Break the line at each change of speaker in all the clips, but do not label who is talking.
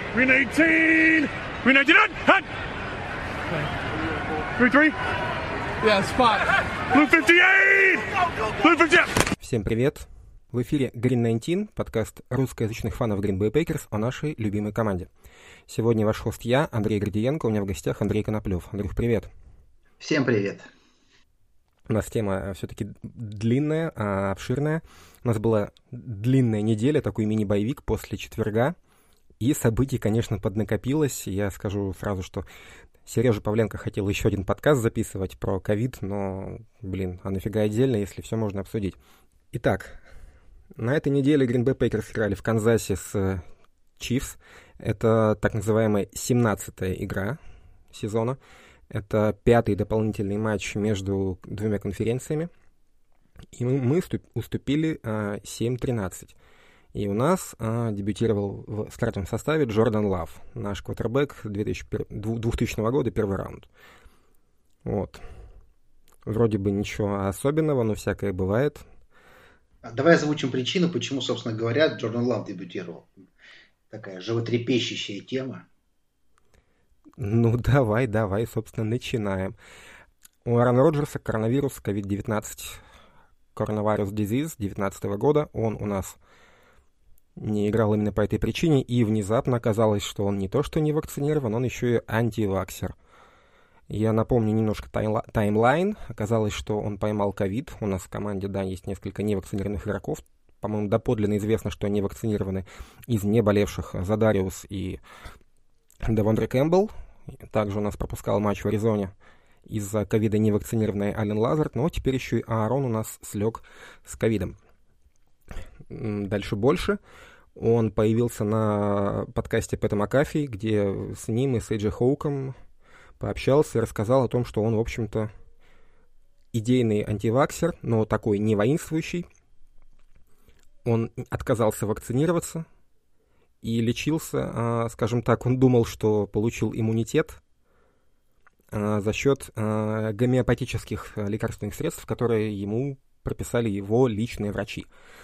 Green 18! Green 19! Hot! Green 3?
Yeah, spot.
Blue 58! Blue 58!
Всем привет! В эфире Green 19, подкаст русскоязычных фанов Green Bay Packers о нашей любимой команде. Сегодня ваш хост я, Андрей Гордиенко, у меня в гостях Андрей Коноплев. Андрюх, привет!
Всем привет!
У нас тема все-таки длинная, обширная. У нас была длинная неделя, такой мини-боевик после четверга. И событий, конечно, поднакопилось. Я скажу сразу, что Сережа Павленко хотел еще один подкаст записывать про ковид, но, а нафига отдельно, если все можно обсудить. Итак, на этой неделе Green Bay Packers играли в Канзасе с Chiefs. Это так называемая 17-я игра сезона. Это 5-й дополнительный матч между двумя конференциями. И мы уступили 7-13. И у нас дебютировал в стартовом составе Джордан Лав, наш квотербек 2000 года, первый раунд. Вот. Вроде бы ничего особенного, но всякое бывает.
Давай озвучим причину, почему, собственно говоря, Джордан Лав дебютировал. Такая животрепещущая тема.
Ну, давай, собственно, начинаем. У Аарона Роджерса коронавирус, COVID-19, Coronavirus Disease 2019 года. Он у нас не играл именно по этой причине, и внезапно оказалось, что он не то что не вакцинирован, он еще и антиваксер. Я напомню немножко таймлайн. Оказалось, что он поймал ковид. У нас в команде, есть несколько невакцинированных игроков. По-моему, доподлинно известно, что они вакцинированы из неболевших Задариус и Девондре Кэмпбелл. Также у нас пропускал матч в Аризоне из-за ковида невакцинированный Ален Лазард. Но теперь еще и Аарон у нас слег с ковидом. Дальше больше. Он появился на подкасте Пэта Макафи, где с ним и с Эйджи Хоуком пообщался и рассказал о том, что он, в общем-то, идейный антиваксер, но такой не воинствующий. Он отказался вакцинироваться и лечился, скажем так, он думал, что получил иммунитет за счет гомеопатических лекарственных средств, которые ему прописали его личные врачи.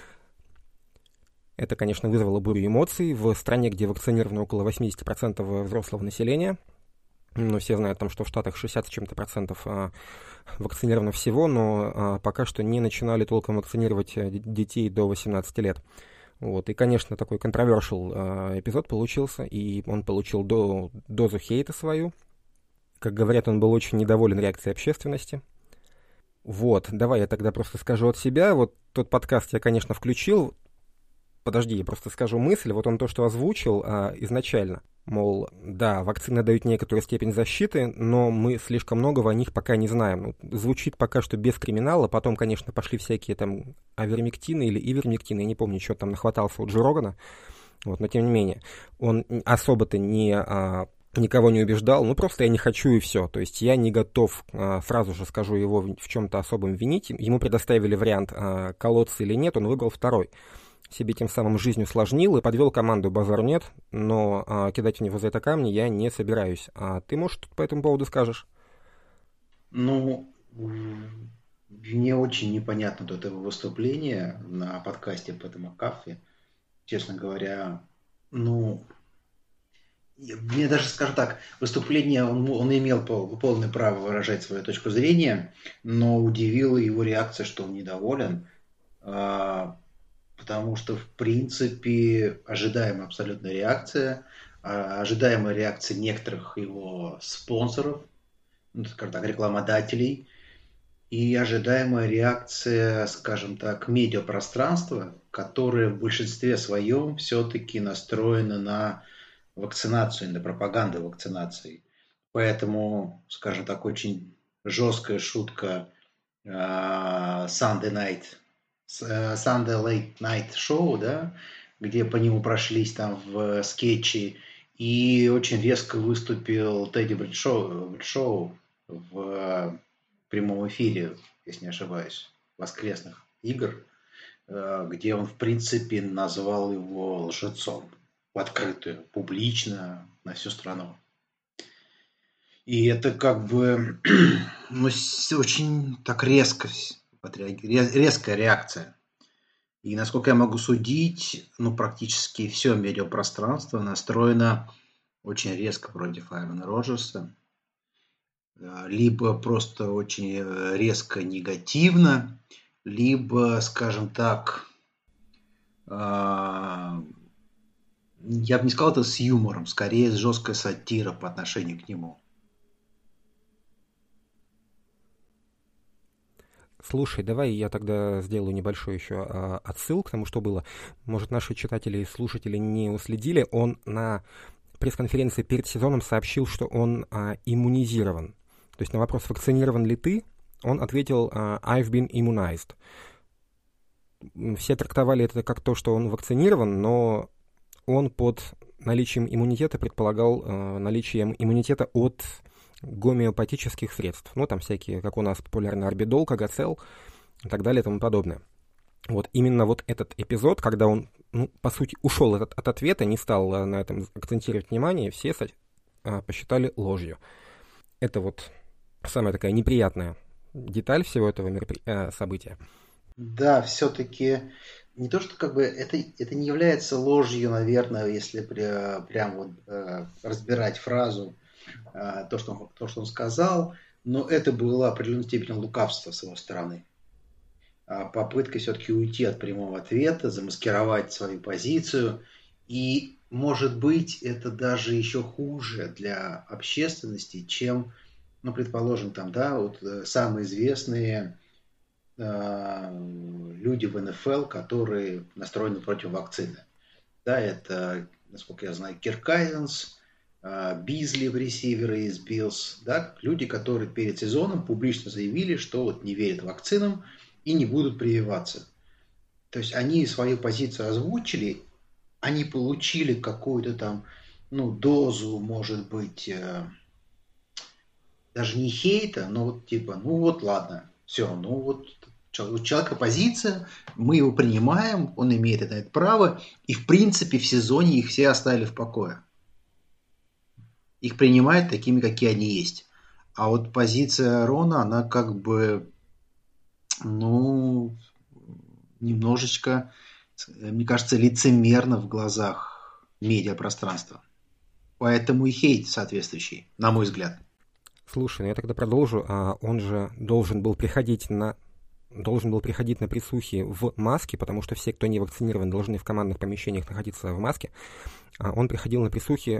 Это, конечно, вызвало бурю эмоций в стране, где вакцинировано около 80% взрослого населения. Но все знают, что в Штатах 60 с чем-то процентов вакцинировано всего, но пока что не начинали толком вакцинировать детей до 18 лет. Вот. И, конечно, такой controversial эпизод получился, и он получил дозу хейта свою. Как говорят, он был очень недоволен реакцией общественности. Вот, давай я тогда просто скажу от себя. Вот тот подкаст я, конечно, включил. Подожди, я просто скажу мысль. Вот он то, что озвучил изначально. Мол, да, вакцины дают некоторую степень защиты, но мы слишком многого о них пока не знаем. Звучит пока что без криминала. Потом, конечно, пошли всякие там авермектины или ивермектины. Я не помню, что там нахватался у Джо Рогана. Вот, но тем не менее, он особо-то никого не убеждал. Просто я не хочу и все. То есть я не готов, сразу же скажу, его в чем-то особом винить. Ему предоставили вариант колоться или нет, он выбрал второй. Себе тем самым жизнь усложнил и подвел команду, базар нет, но кидать в него за это камни я не собираюсь. А ты, может, по этому поводу скажешь?
Мне очень непонятно это выступление на подкасте Пэта Макафи. Честно говоря, мне даже, скажем так, выступление, он имел полное право выражать свою точку зрения, но удивила его реакция, что он недоволен. Потому что, в принципе, ожидаемая абсолютная реакция, ожидаемая реакция некоторых его спонсоров, скажем так, рекламодателей, и ожидаемая реакция, скажем так, медиапространства, которое в большинстве своем все-таки настроено на вакцинацию, на пропаганду вакцинации. Поэтому, скажем так, очень жесткая шутка Sunday Late Night Show, да, где по нему прошлись там в скетчи, и очень резко выступил Тедди Бриджшоу в прямом эфире, если не ошибаюсь, воскресных игр, где он, в принципе, назвал его лжецом в открытую, публично, на всю страну. И это очень так резкая реакция. И насколько я могу судить, практически все медиапространство настроено очень резко против Аарона Роджерса. Либо просто очень резко негативно, либо, скажем так, я бы не сказал это с юмором, скорее с жесткой сатирой по отношению к нему.
Слушай, давай я тогда сделаю небольшой еще отсыл к тому, что было. Может, наши читатели и слушатели не уследили. Он на пресс-конференции перед сезоном сообщил, что он иммунизирован. То есть на вопрос, вакцинирован ли ты, он ответил «I've been immunized». Все трактовали это как то, что он вакцинирован, но он под наличием иммунитета предполагал наличие иммунитета от гомеопатических средств. Ну, там всякие, как у нас популярны орбидол, кагацел и так далее и тому подобное. Вот именно вот этот эпизод, когда он, по сути, ушел от ответа, не стал на этом акцентировать внимание, все посчитали ложью. Это вот самая такая неприятная деталь всего этого события.
Да, все-таки не то, что это не является ложью, наверное, если прям разбирать фразу, то, что он сказал, но это было определенной степенью лукавства с его стороны. Попытка все-таки уйти от прямого ответа, замаскировать свою позицию. И, может быть, это даже еще хуже для общественности, чем, предположим, самые известные люди в НФЛ, которые настроены против вакцины. Да, это, насколько я знаю, Кирк Казинс, Бизли, ресиверы из Биллс, да, люди, которые перед сезоном публично заявили, что не верят вакцинам и не будут прививаться. То есть они свою позицию озвучили, они получили какую-то дозу, может быть, даже не хейта, но ладно, все, у человека позиция, мы его принимаем, он имеет это право, и в принципе в сезоне их все оставили в покое. Их принимают такими, какие они есть. А вот позиция Рона, она немножечко, мне кажется, лицемерна в глазах медиапространства. Поэтому и хейт соответствующий, на мой взгляд.
Слушай, я тогда продолжу. Он же должен был приходить на присухи в маске, потому что все, кто не вакцинирован, должны в командных помещениях находиться в маске. Он приходил на присухи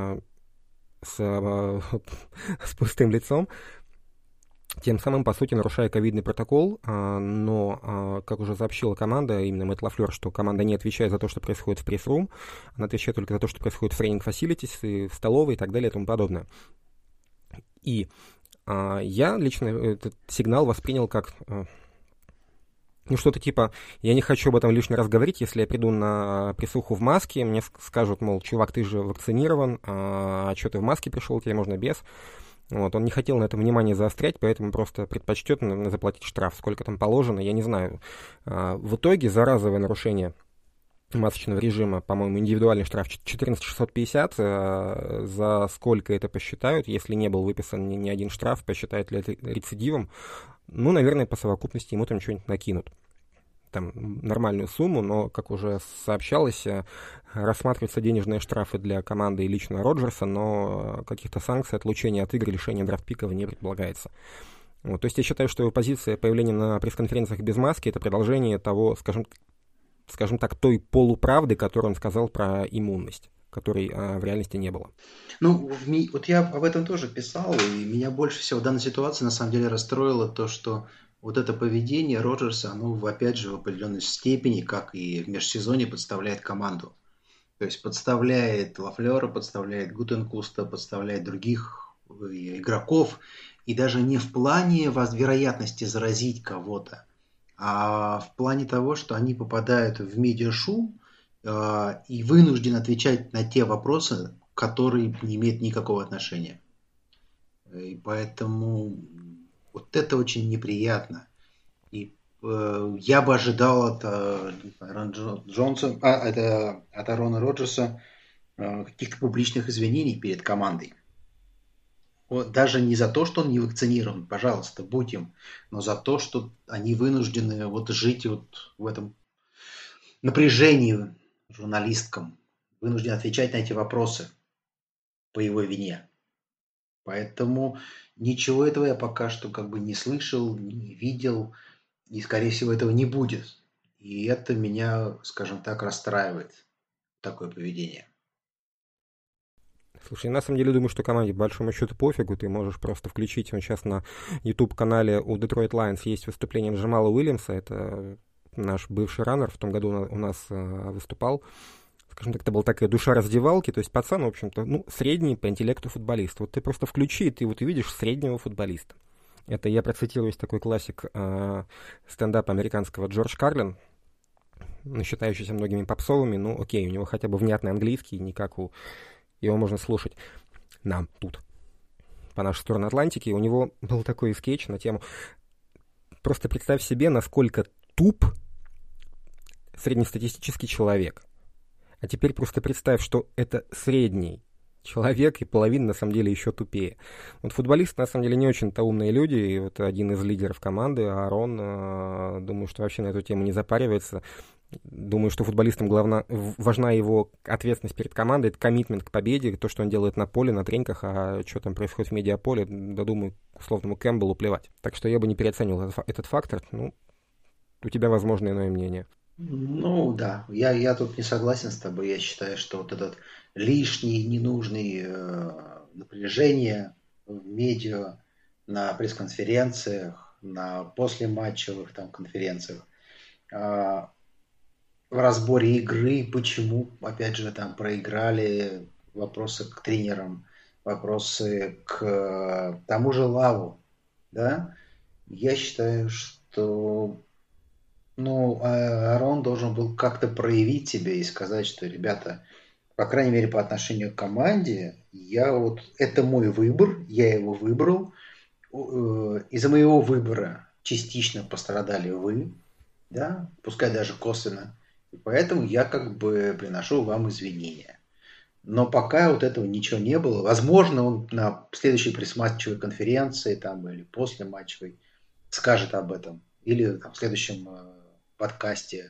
с пустым лицом, тем самым, по сути, нарушая ковидный протокол, но, как уже сообщила команда, именно Мэтт Лафлёр, что команда не отвечает за то, что происходит в пресс-рум, она отвечает только за то, что происходит в тренинг-фасилитис, и в столовой и так далее и тому подобное. И я лично этот сигнал воспринял как что-то типа, я не хочу об этом лишний раз говорить, если я приду на присуху в маске, мне скажут, мол, чувак, ты же вакцинирован, а что ты в маске пришел, тебе можно без. Вот, он не хотел на это внимание заострять, поэтому просто предпочтет заплатить штраф, сколько там положено, я не знаю. В итоге за разовое нарушение масочного режима, по-моему, индивидуальный штраф 14 650, за сколько это посчитают, если не был выписан ни один штраф, посчитают ли это рецидивом, наверное, по совокупности ему там что-нибудь накинут. Там нормальную сумму, но, как уже сообщалось, рассматриваются денежные штрафы для команды и лично Роджерса, но каких-то санкций, отлучения от игр, лишения драфт-пиков не предполагается. Вот, то есть я считаю, что его позиция появления на пресс-конференциях без маски — это продолжение того, скажем так, той полуправды, которую он сказал про иммунность, которой в реальности не было.
Вот я об этом тоже писал, и меня больше всего в данной ситуации на самом деле расстроило то, что вот это поведение Роджерса, опять же, в определенной степени, как и в межсезонье, подставляет команду. То есть подставляет Лафлера, подставляет Гутенкуста, подставляет других игроков, и даже не в плане вероятности заразить кого-то, а в плане того, что они попадают в медиашум и вынуждены отвечать на те вопросы, которые не имеют никакого отношения. И поэтому вот это очень неприятно. И я бы ожидал от Аарона Роджерса каких-то публичных извинений перед командой. Даже не за то, что он не вакцинирован, пожалуйста, будь им, но за то, что они вынуждены жить в этом напряжении журналисткам, вынужден отвечать на эти вопросы по его вине. Поэтому ничего этого я пока что как бы не слышал, не видел, и, скорее всего, этого не будет. И это меня, скажем так, расстраивает, такое поведение.
Слушай, я на самом деле думаю, что команде по большому счету пофигу, ты можешь просто включить, сейчас на YouTube-канале у Detroit Lions есть выступление Джамала Уильямса, это наш бывший раннер, в том году у нас выступал, скажем так, это была такая душа раздевалки, то есть пацан, в общем-то, средний по интеллекту футболист. Вот ты просто включи, и ты вот увидишь среднего футболиста. Это я процитирую такой классик стендапа американского Джордж Карлин, считающийся многими попсовыми, окей, у него хотя бы внятный английский, не как у... Его можно слушать нам тут, по нашу сторону Атлантики. У него был такой скетч на тему... Просто представь себе, насколько туп среднестатистический человек. А теперь просто представь, что это средний человек, и половина, на самом деле, еще тупее. Вот футболисты, на самом деле, не очень-то умные люди. И вот один из лидеров команды, Аарон, думаю, что вообще на эту тему не запаривается. Думаю, что футболистам важна его ответственность перед командой, это коммитмент к победе, то, что он делает на поле, на треньках, а что там происходит в медиаполе, да, думаю, условному Кэмпбеллу плевать. Так что я бы не переоценивал этот фактор. У тебя, возможно, иное мнение.
Да, я тут не согласен с тобой. Я считаю, что вот этот лишний, ненужный напряжение в медиа, на пресс-конференциях, на послематчевых там конференциях, в разборе игры, почему, опять же, там проиграли, вопросы к тренерам, вопросы к тому же Лаву, да, я считаю, что Аарон должен был как-то проявить себя и сказать, что, ребята, по крайней мере, по отношению к команде, это мой выбор, я его выбрал, из-за моего выбора частично пострадали вы, да, пускай даже косвенно, и поэтому я как бы приношу вам извинения. Но пока вот этого ничего не было. Возможно, он на следующей пресс-матчевой конференции там, или после матчевой скажет об этом. Или там, в следующем подкасте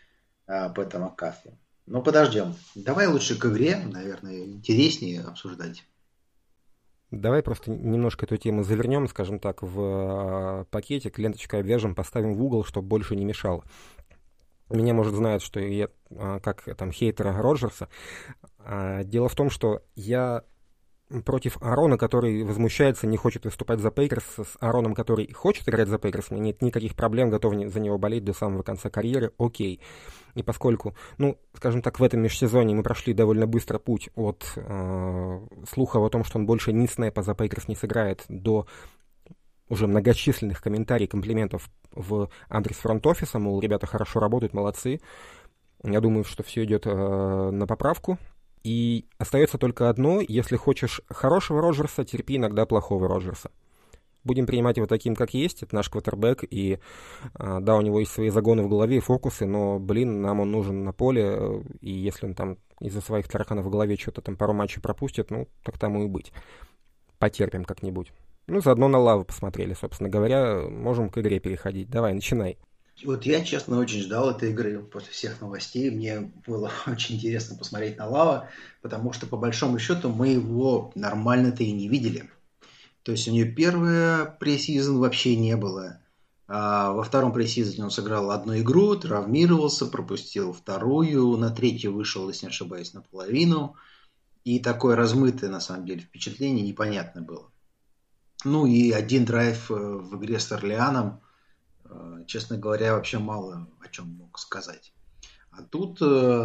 об этом Акафе. Подождем. Давай лучше к игре, наверное, интереснее обсуждать.
Давай просто немножко эту тему завернем, скажем так, в пакетик, ленточкой обвяжем, поставим в угол, чтобы больше не мешало. Меня, может, знают, что я как там хейтера Роджерса. Дело в том, что я против Аарона, который возмущается, не хочет выступать за Пейкерс, с Аароном, который хочет играть за Пейкерс, у меня нет никаких проблем, готов за него болеть до самого конца карьеры, окей. И поскольку, скажем так, в этом межсезонье мы прошли довольно быстро путь от слухов о том, что он больше ни снэпа за Пейкерс не сыграет, до уже многочисленных комментариев, комплиментов в адрес фронт-офиса, мол, ребята хорошо работают, молодцы. Я думаю, что все идет на поправку. И остается только одно: если хочешь хорошего Роджерса, терпи иногда плохого Роджерса. Будем принимать его таким, как есть. Это наш квотербэк, и да, у него есть свои загоны в голове и фокусы, но, нам он нужен на поле, и если он там из-за своих тараканов в голове что-то там пару матчей пропустит, так тому и быть. Потерпим как-нибудь. Заодно на Лаву посмотрели, собственно говоря. Можем к игре переходить. Давай, начинай.
Вот я, честно, очень ждал этой игры после всех новостей. Мне было очень интересно посмотреть на Лава, потому что, по большому счету, мы его нормально-то и не видели. То есть у нее первая пресс-сезон вообще не было. А во втором пресс-сезоне он сыграл одну игру, травмировался, пропустил вторую, на третью вышел, если не ошибаюсь, наполовину. И такое размытое, на самом деле, впечатление непонятно было. И один драйв в игре с Орлеаном, честно говоря, вообще мало о чем мог сказать. А тут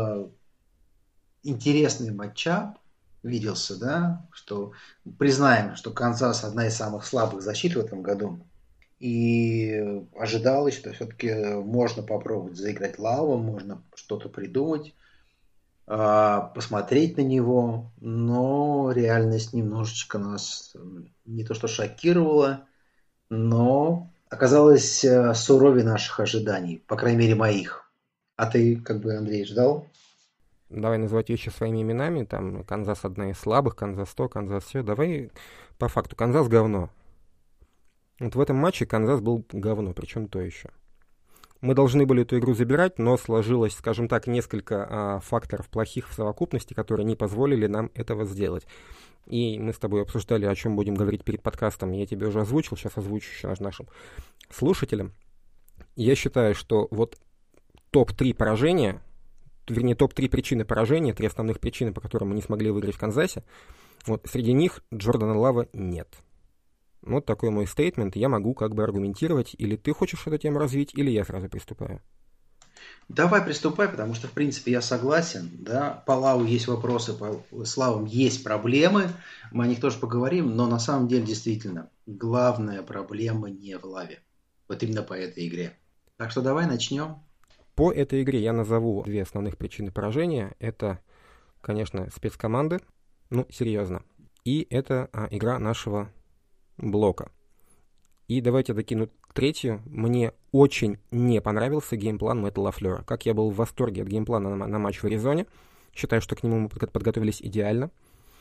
интересный матчап виделся, да, что признаем, что Канзас одна из самых слабых защит в этом году. И ожидалось, что все-таки можно попробовать заиграть Лавом, можно что-то придумать, посмотреть на него, но реальность немножечко нас не то что шокировала, но оказалась суровее наших ожиданий, по крайней мере моих. А ты, Андрей, ждал?
Давай называть вещи своими именами. Там Канзас одна из слабых, Канзас то, Канзас все. Давай по факту. Канзас говно. Вот в этом матче Канзас был говно, причем то еще. Мы должны были эту игру забирать, но сложилось, скажем так, несколько факторов плохих в совокупности, которые не позволили нам этого сделать. И мы с тобой обсуждали, о чем будем говорить перед подкастом. Я тебе уже озвучил, сейчас озвучу еще нашим слушателям. Я считаю, что вот топ-3 поражения, вернее, топ-3 причины поражения, 3 основных причины, по которым мы не смогли выиграть в Канзасе, вот среди них Джордана Лава нет. Вот такой мой стейтмент. Я могу как бы аргументировать. Или ты хочешь эту тему развить, или я сразу приступаю?
Давай приступай, потому что, в принципе, я согласен. Да? По Лаву есть вопросы, с Лавом есть проблемы. Мы о них тоже поговорим. Но на самом деле, действительно, главная проблема не в Лаве. Вот именно по этой игре. Так что давай начнем.
По этой игре я назову 2 основных причины поражения. Это, конечно, спецкоманды. Ну, серьезно. И это игра нашего блока. И давайте докину 3. Мне очень не понравился геймплан Мэтта Лафлера. Как я был в восторге от геймплана на матч в Аризоне. Считаю, что к нему мы подготовились идеально.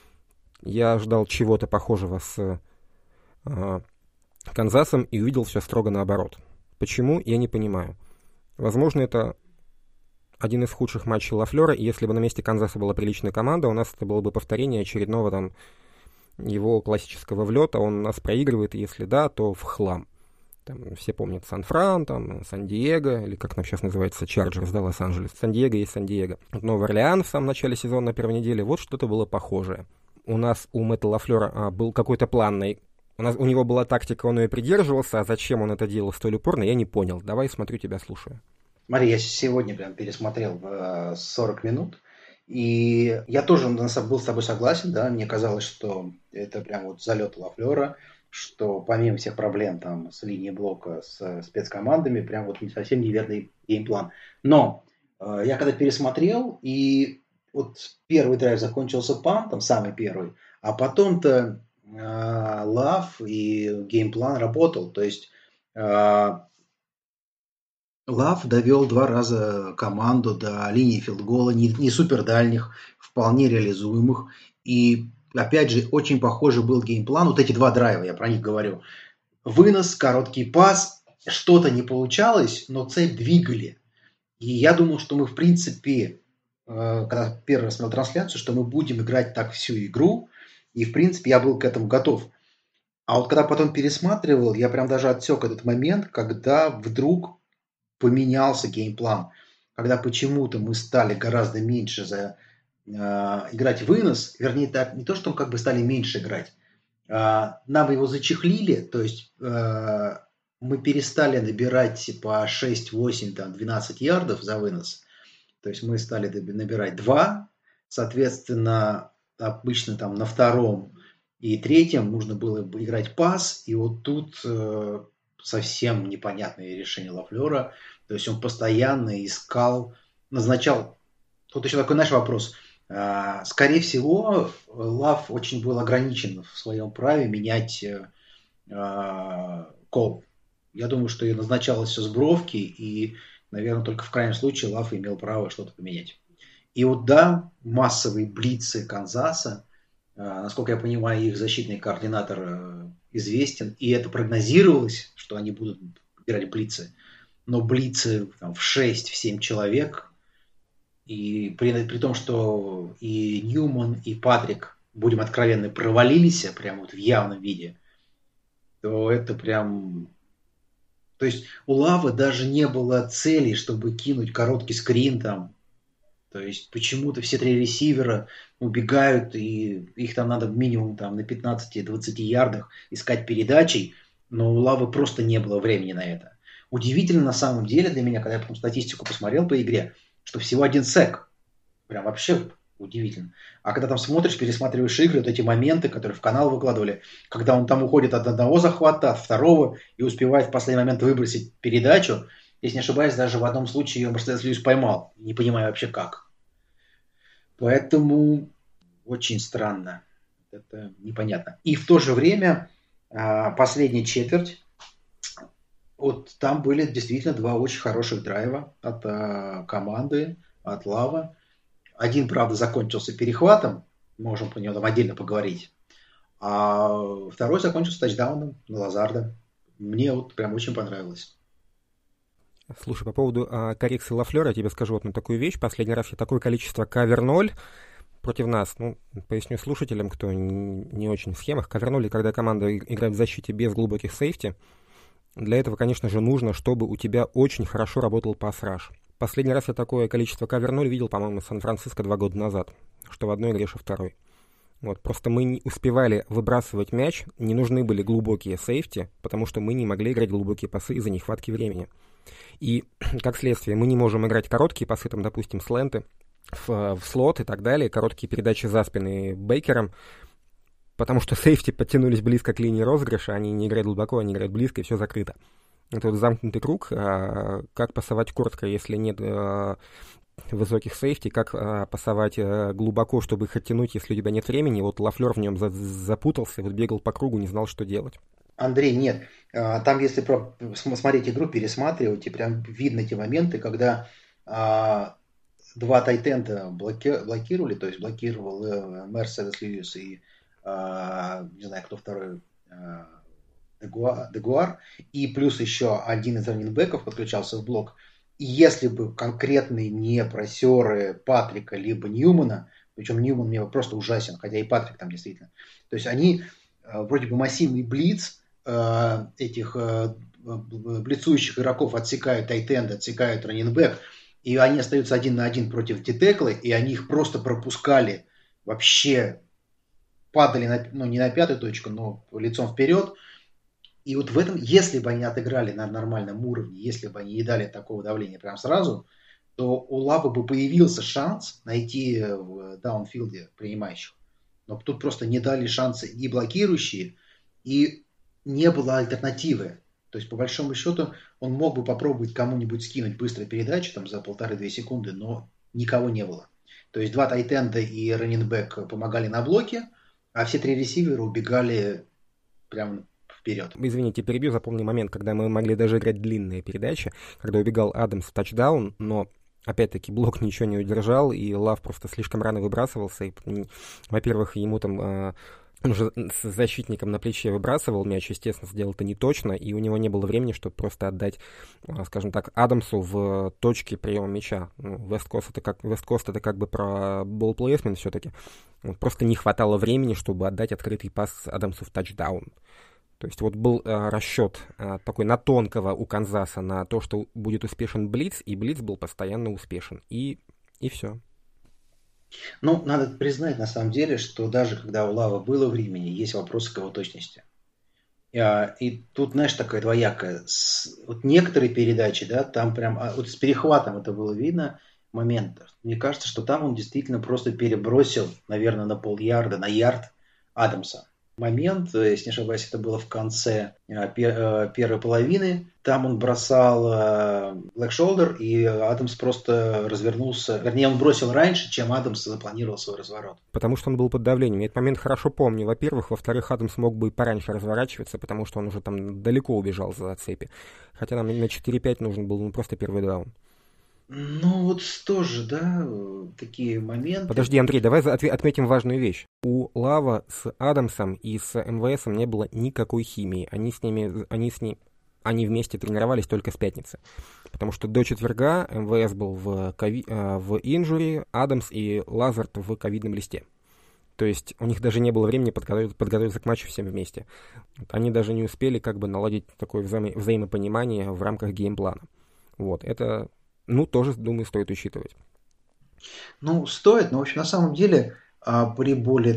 Я ждал чего-то похожего с Канзасом и увидел все строго наоборот. Почему? Я не понимаю. Возможно, это один из худших матчей Лафлера, и если бы на месте Канзаса была приличная команда, у нас это было бы повторение очередного там его классического влета. Он нас проигрывает, и если да, то в хлам. Там все помнят Сан-Фран, там Сан-Диего, или как нам сейчас называется, Чарджерс, да, Лос-Анджелес. Сан-Диего и Сан-Диего. Новый Орлеан в самом начале сезона на первой неделе. Вот что-то было похожее. У нас у Мэтта Лафлера был какой-то план. У него была тактика, он ее придерживался, а зачем он это делал столь упорно, я не понял. Давай, смотрю, тебя слушаю.
Смотри, я сегодня прям пересмотрел 40 минут. И я тоже был с тобой согласен, да, мне казалось, что это прям вот залет Лафлера, что помимо всех проблем там с линией блока, с спецкомандами, прям вот не совсем неверный геймплан. Но я когда пересмотрел, и вот первый драйв закончился пантом, самый первый, а потом-то Лав и геймплан работал, то есть Лав довел 2 раза команду до линии филдгола, не супер дальних, вполне реализуемых. И, опять же, очень похожий был геймплан. Вот эти 2 драйва, я про них говорю. Вынос, короткий пас, что-то не получалось, но цепь двигали. И я думал, что мы, в принципе, когда первый раз смотрел трансляцию, что мы будем играть так всю игру. И, в принципе, я был к этому готов. А вот когда потом пересматривал, я прям даже отсек этот момент, когда вдруг поменялся геймплан, когда почему-то мы стали гораздо меньше играть вынос, вернее, так, не то, что мы как бы стали меньше играть, нам его зачехлили, то есть мы перестали набирать по 6, 8, там, 12 ярдов за вынос, то есть мы стали набирать 2, соответственно, обычно там на 2 и 3 нужно было играть пас, и вот тут совсем непонятное решение Лафлера. То есть он постоянно искал, назначал. Тут еще такой наш вопрос. Скорее всего, Лав очень был ограничен в своем праве менять кол. Я думаю, что и назначалось все с бровки, и, наверное, только в крайнем случае Лав имел право что-то поменять. И вот да, массовые блицы Канзаса, насколько я понимаю, их защитный координатор известен, и это прогнозировалось, что они будут играть блицы, но блицы там, в 6-7 человек, и при том, что и Ньюман, и Патрик, будем откровенны, провалились прямо вот в явном виде, то это прям... То есть у Лавы даже не было цели, чтобы кинуть короткий скрин там. То есть почему-то все 3 ресивера убегают, и их там надо минимум там, на 15-20 ярдах искать передачей, но у Лавы просто не было времени на это. Удивительно на самом деле для меня, когда я потом статистику посмотрел по игре, что всего 1 сэк. Прям вообще удивительно. А когда там смотришь, пересматриваешь игры, вот эти моменты, которые в канал выкладывали, когда он там уходит от одного захвата, от второго, и успевает в последний момент выбросить передачу, если не ошибаюсь, даже в одном случае ее Мерседес Льюис поймал. Не понимаю вообще как. Поэтому очень странно. Это непонятно. И в то же время последняя четверть, вот там были действительно 2 очень хороших драйва от команды, от Лава. Один, правда, закончился перехватом, можем по нему там отдельно поговорить. А второй закончился тачдауном на Лазарда. Мне вот прям очень понравилось.
Слушай, по поводу коррекции Лафлера я тебе скажу вот на такую вещь. Последний раз я такое количество кавер 0 против нас, поясню слушателям, кто не очень в схемах, кавер 0, когда команда играет в защите без глубоких сейфти, для этого, конечно же, нужно, чтобы у тебя очень хорошо работал пас-раш. Последний раз я такое количество кавер 0 видел, по-моему, в Сан-Франциско 2 года назад, что в одной игре, что второй. Вот, просто мы не успевали выбрасывать мяч, не нужны были глубокие сейфти, потому что мы не могли играть глубокие пасы из-за нехватки времени. И, как следствие, мы не можем играть короткие пасы, там, допустим, с ленты, в слот и так далее, короткие передачи за спины Бейкером, потому что сейфти подтянулись близко к линии розыгрыша, они не играют глубоко, они играют близко, и все закрыто. Это вот замкнутый круг, как пасовать коротко, если нет высоких сейфти, как пасовать глубоко, чтобы их оттянуть, если у тебя нет времени. Вот Лафлер в нем запутался, вот бегал по кругу, не знал, что делать.
Андрей, нет. Там, если смотреть игру, пересматривать, и прям видно те моменты, когда два тайтенда блокировали, то есть блокировал Мерседес Льюис и не знаю, кто второй, Дегуар, и плюс еще один из раннинбеков подключался в блок. И если бы конкретные не просеры Патрика либо Ньюмана, причем Ньюман мне просто ужасен, хотя и Патрик там действительно, то есть они вроде бы массивный блиц этих блицующих игроков отсекают тайтенда, отсекают раннинбек, и они остаются 1 на 1 против Дитекла, и они их просто пропускали, вообще падали, не на пятую точку, но лицом вперед. И вот в этом, если бы они отыграли на нормальном уровне, если бы они не дали такого давления прям сразу, то у Лавы бы появился шанс найти в даунфилде принимающих. Но тут просто не дали шансы и блокирующие, и не было альтернативы. То есть, по большому счету, он мог бы попробовать кому-нибудь скинуть быструю передачу там, за 1,5-2 секунды, но никого не было. То есть, 2 тайтенда и раннинбэк помогали на блоке, а все 3 ресивера убегали прямо вперед.
Извините, перебью, запомни момент, когда мы могли даже играть длинные передачи, когда убегал Адамс в тачдаун, но опять-таки блок ничего не удержал, и Лав просто слишком рано выбрасывался. И, во-первых, ему там... Он уже с защитником на плече выбрасывал мяч, естественно, сделал это не точно, и у него не было времени, чтобы просто отдать, скажем так, Адамсу в точке приема мяча. Вест-Кост это как бы про болл-плейсмент все-таки. Просто не хватало времени, чтобы отдать открытый пас Адамсу в тачдаун. То есть вот был расчет такой на тонкого у Канзаса на то, что будет успешен блиц, и блиц был постоянно успешен. И все.
Ну, надо признать, на самом деле, что даже когда у Лавы было времени, есть вопросы к его точности. И тут, знаешь, такая двоякая. Вот некоторые передачи, да, там прям, вот с перехватом это было видно, момент. Мне кажется, что там он действительно просто перебросил, наверное, на полярда, на ярд Адамса. Момент, если не ошибаюсь, это было в конце первой половины. Там он бросал Black Shoulder, и Адамс просто развернулся. Вернее, он бросил раньше, чем Адамс запланировал свой разворот.
Потому что он был под давлением. Я этот момент хорошо помню, во-первых. Во-вторых, Адамс мог бы и пораньше разворачиваться, потому что он уже там далеко убежал за цепи. Хотя нам на 4-5 нужен был просто первый даун.
Ну, вот тоже, да, такие моменты.
Подожди, Андрей, давай отметим важную вещь. У Лава с Адамсом и с МВСом не было никакой химии. Они вместе тренировались только с пятницы. Потому что до четверга МВС был в инжури, Адамс и Лазард в ковидном листе. То есть у них даже не было времени подготовиться к матчу всем вместе. Они даже не успели как бы наладить такое взаимопонимание в рамках геймплана. Вот, это... тоже, думаю, стоит учитывать.
Стоит, но, в общем, на самом деле, при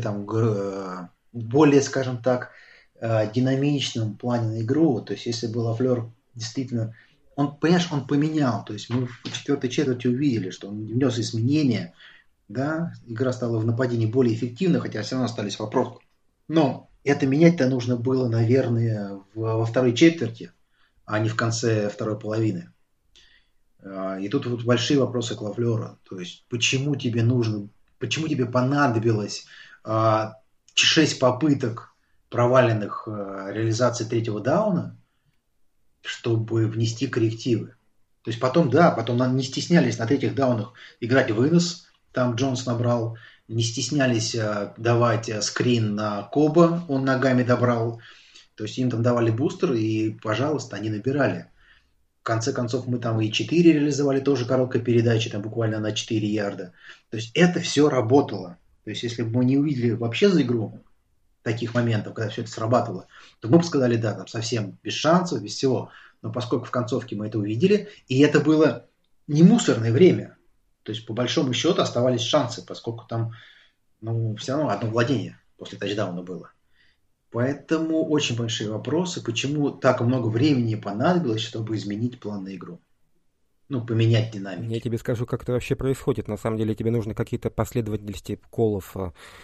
более, скажем так, динамичном плане на игру, то есть, если бы Лафлер действительно, он поменял, то есть, мы в 4-й четверти увидели, что он внес изменения, да, игра стала в нападении более эффективной, хотя все равно остались вопросы. Но это менять-то нужно было, наверное, во второй четверти, а не в конце второй половины. И тут вот большие вопросы к Лафлеру. То есть, почему тебе понадобилось 6 попыток проваленных реализации третьего дауна, чтобы внести коррективы. То есть, потом не стеснялись на третьих даунах играть вынос. Там Джонс набрал. Не стеснялись давать скрин на Коба. Он ногами добрал. То есть, им там давали бустер, и, пожалуйста, они набирали. В конце концов, мы там и 4 реализовали, тоже короткая передача, там буквально на 4 ярда. То есть это все работало. То есть если бы мы не увидели вообще за игру таких моментов, когда все это срабатывало, то мы бы сказали, да, там совсем без шансов, без всего. Но поскольку в концовке мы это увидели, и это было не мусорное время, то есть по большому счету оставались шансы, поскольку там все равно одно владение после тачдауна было. Поэтому очень большие вопросы, почему так много времени понадобилось, чтобы изменить план на игру. Поменять динамики.
Я тебе скажу, как это вообще происходит. На самом деле тебе нужно какие-то последовательности колов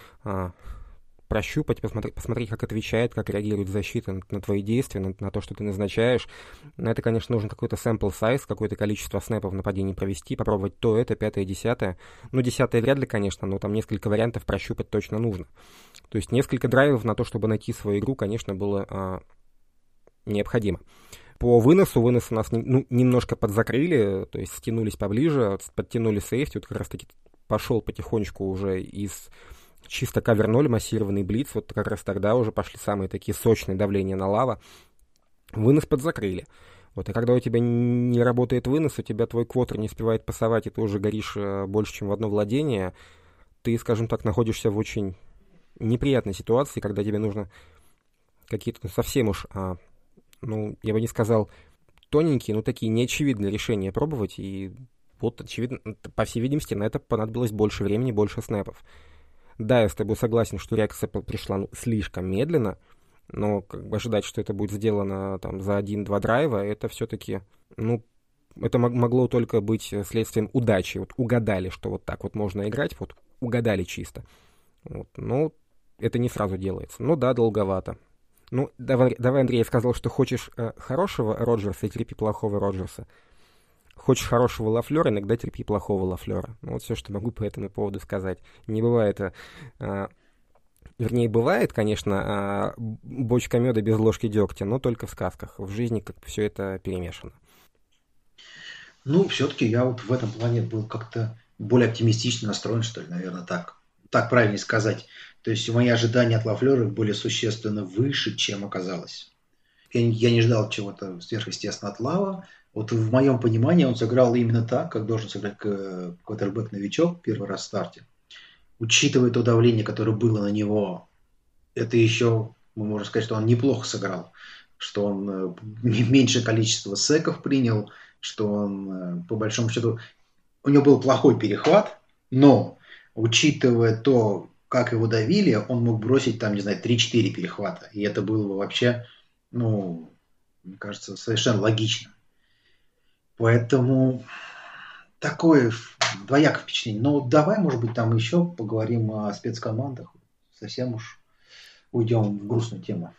прощупать, посмотреть, как отвечает, как реагирует защита на твои действия, на то, что ты назначаешь. На это, конечно, нужен какой-то sample size, какое-то количество снэпов в нападении провести, попробовать то, это, 5-е, 10-е. 10-е вряд ли, конечно, но там несколько вариантов прощупать точно нужно. То есть несколько драйвов на то, чтобы найти свою игру, конечно, было необходимо. По выносу нас немножко подзакрыли, то есть стянулись поближе, подтянули сейфти, вот как раз-таки пошел потихонечку уже из чисто кавер-0 массированный блиц, вот как раз тогда уже пошли самые такие сочные давления на лава. Вынос подзакрыли. Вот, и когда у тебя не работает вынос, у тебя твой квотер не успевает пасовать, и ты уже горишь больше, чем в одно владение, ты, скажем так, находишься в очень неприятной ситуации, когда тебе нужно какие-то совсем уж, я бы не сказал тоненькие, но такие неочевидные решения пробовать, и вот, очевидно, по всей видимости, на это понадобилось больше времени, больше снэпов. Да, я с тобой согласен, что реакция пришла слишком медленно, но как бы ожидать, что это будет сделано там за 1-2 драйва, это все-таки, это могло только быть следствием удачи. Вот угадали, что вот так вот можно играть, вот угадали чисто. Вот. Но это не сразу делается. Да, долговато. Давай, Андрей, я сказал, что хочешь хорошего Роджерса и терпи плохого Роджерса. Хочешь хорошего Лафлера, иногда терпи плохого Лафлера. Вот все, что могу по этому поводу сказать. Не бывает... Вернее, бывает, конечно, бочка меда без ложки дегтя, но только в сказках. В жизни как-то все это перемешано.
Все-таки я вот в этом плане был как-то более оптимистично настроен, что ли, наверное, так. Так правильнее сказать. То есть мои ожидания от Лафлера были существенно выше, чем оказалось. Я не ждал чего-то сверхъестественного от Лава. Вот в моем понимании он сыграл именно так, как должен сыграть квотербэк-новичок первый раз в старте. Учитывая то давление, которое было на него, это еще, мы можем сказать, что он неплохо сыграл. Что он меньшее количество секов принял, что он, по большому счету, у него был плохой перехват, но, учитывая то, как его давили, он мог бросить там, 3-4 перехвата. И это было бы вообще, мне кажется, совершенно логично. Поэтому такое двоякое впечатление. Но давай, может быть, там еще поговорим о спецкомандах. Совсем уж уйдем в грустную тему.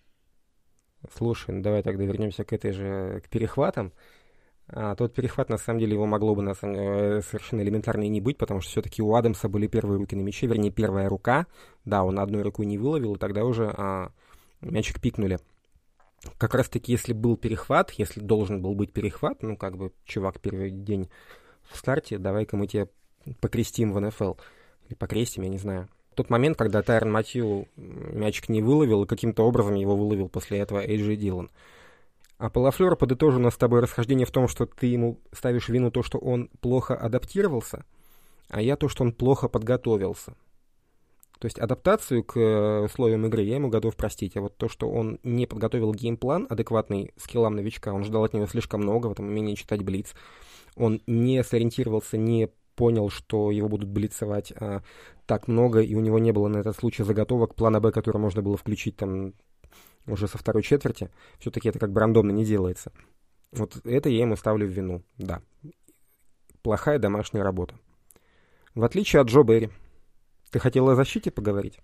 Слушай, давай тогда вернемся к перехватам. Тот перехват, на самом деле, его могло бы совершенно элементарно и не быть, потому что все-таки у Адамса были первые руки на мяче, вернее, первая рука. Да, он одной рукой не выловил, и тогда уже мячик пикнули. Как раз-таки, если был перехват, если должен был быть перехват, чувак, первый день в старте, давай-ка мы тебя покрестим в НФЛ. Или покрестим, я не знаю. Тот момент, когда Тайрон Матью мячик не выловил, и каким-то образом его выловил после этого Эйджей Дилан. А по Лафлеру подытожу у нас с тобой расхождение в том, что ты ему ставишь вину то, что он плохо адаптировался, а я то, что он плохо подготовился. То есть адаптацию к условиям игры я ему готов простить, а вот то, что он не подготовил геймплан, адекватный скиллам новичка, он ждал от него слишком много в этом умении читать блиц, он не сориентировался, не понял, что его будут блицевать так много, и у него не было на этот случай заготовок плана Б, который можно было включить там уже со второй четверти. Все-таки это как бы рандомно не делается. Вот это я ему ставлю в вину, да. Плохая домашняя работа. В отличие от Джо Берри. Ты хотел о защите поговорить?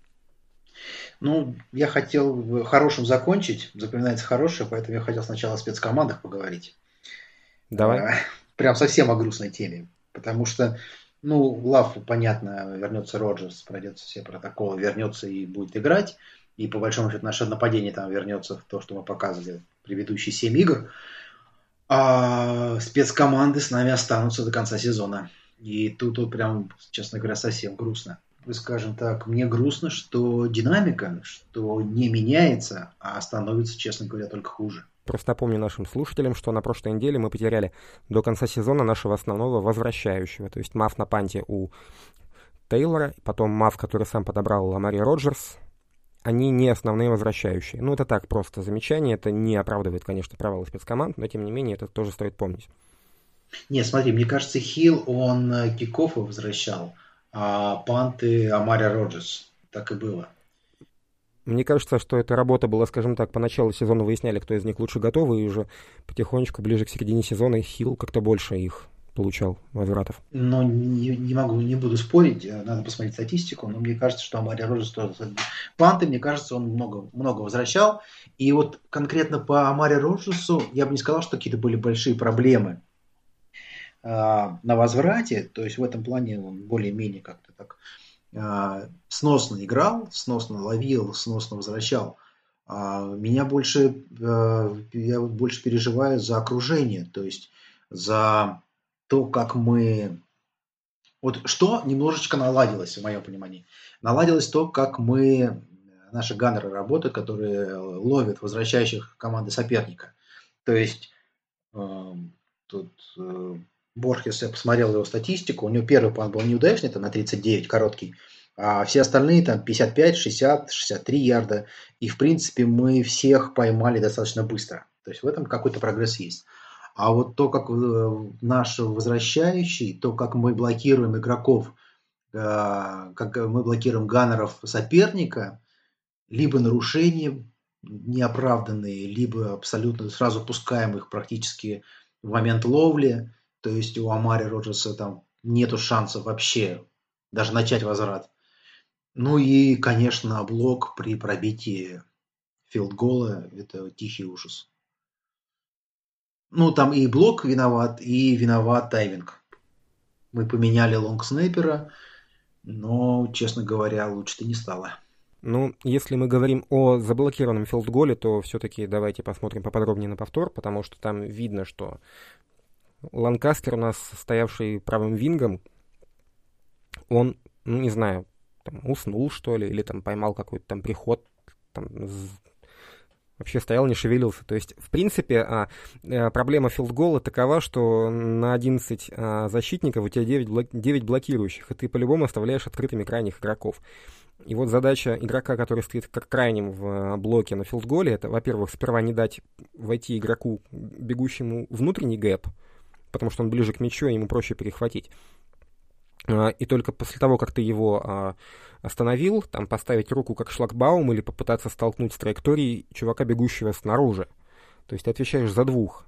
Я хотел хорошим закончить. Запоминается хорошее, поэтому я хотел сначала о спецкомандах поговорить.
Давай.
Прям совсем о грустной теме. Потому что, Лав, понятно, вернется Роджерс, пройдет все протоколы, вернется и будет играть. И по большому счету наше нападение там вернется в то, что мы показывали в предыдущие 7 игр. А спецкоманды с нами останутся до конца сезона. И тут прям, честно говоря, совсем грустно. Скажем так, мне грустно, что динамика, что не меняется, а становится, честно говоря, только хуже.
Просто напомню нашим слушателям, что на прошлой неделе мы потеряли до конца сезона нашего основного возвращающего. То есть Маф на панте у Тейлора, потом Маф, который сам подобрал Амари Роджерс. Они не основные возвращающие. Ну, это так, просто замечание. Это не оправдывает, конечно, провалы спецкоманд, но, тем не менее, это тоже стоит помнить.
Не, смотри, мне кажется, Хилл, он кикоффы возвращал, а панты Амари Роджерс. Так и было.
Мне кажется, что эта работа была, скажем так, по началу сезона выясняли, кто из них лучше готов, и уже потихонечку, ближе к середине сезона, Хилл как-то больше их получал возвратов.
Но не буду спорить, надо посмотреть статистику, но мне кажется, что Амари Роджерс тоже... Панты, мне кажется, он много возвращал. И вот конкретно по Амари Роджерсу я бы не сказал, что какие-то были большие проблемы на возврате. То есть в этом плане он более-менее как-то так сносно играл, сносно ловил, сносно возвращал. Я больше переживаю за окружение, то есть за то, как мы... Вот что немножечко наладилось, в моем понимании. Наладилось то, как наши ганнеры работают, которые ловят возвращающих команды соперника. То есть Борхес, я посмотрел его статистику, у него первый пант был неудачный, там на 39, короткий, а все остальные там 55, 60, 63 ярда. И в принципе мы всех поймали достаточно быстро. То есть в этом какой-то прогресс есть. А вот то, как наш возвращающий, то, как мы блокируем игроков, как мы блокируем ганнеров соперника, либо нарушения неоправданные, либо абсолютно сразу пускаем их практически в момент ловли. То есть у Амари Роджерса там нету шансов вообще даже начать возврат. Ну и, конечно, блок при пробитии филд-гола – это тихий ужас. Ну, там и блок виноват, и виноват тайминг. Мы поменяли лонгснайпера, но, честно говоря, лучше-то не стало.
Ну, если мы говорим о заблокированном филд-голе, то все-таки давайте посмотрим поподробнее на повтор, потому что там видно, что Ланкастер у нас, стоявший правым вингом, он, ну, не знаю, там, уснул, что ли, или там поймал какой-то там приход, там, вообще стоял, не шевелился. То есть, в принципе, проблема филд-гола такова, что на 11 защитников у тебя 9 блокирующих, и ты по-любому оставляешь открытыми крайних игроков. И вот задача игрока, который стоит как крайним в блоке на филд-голе, это, во-первых, сперва не дать войти игроку, бегущему внутренний гэп, потому что он ближе к мячу, и ему проще перехватить. И только после того, как ты его остановил, там поставить руку как шлагбаум или попытаться столкнуть с траекторией чувака, бегущего снаружи. То есть ты отвечаешь за двух.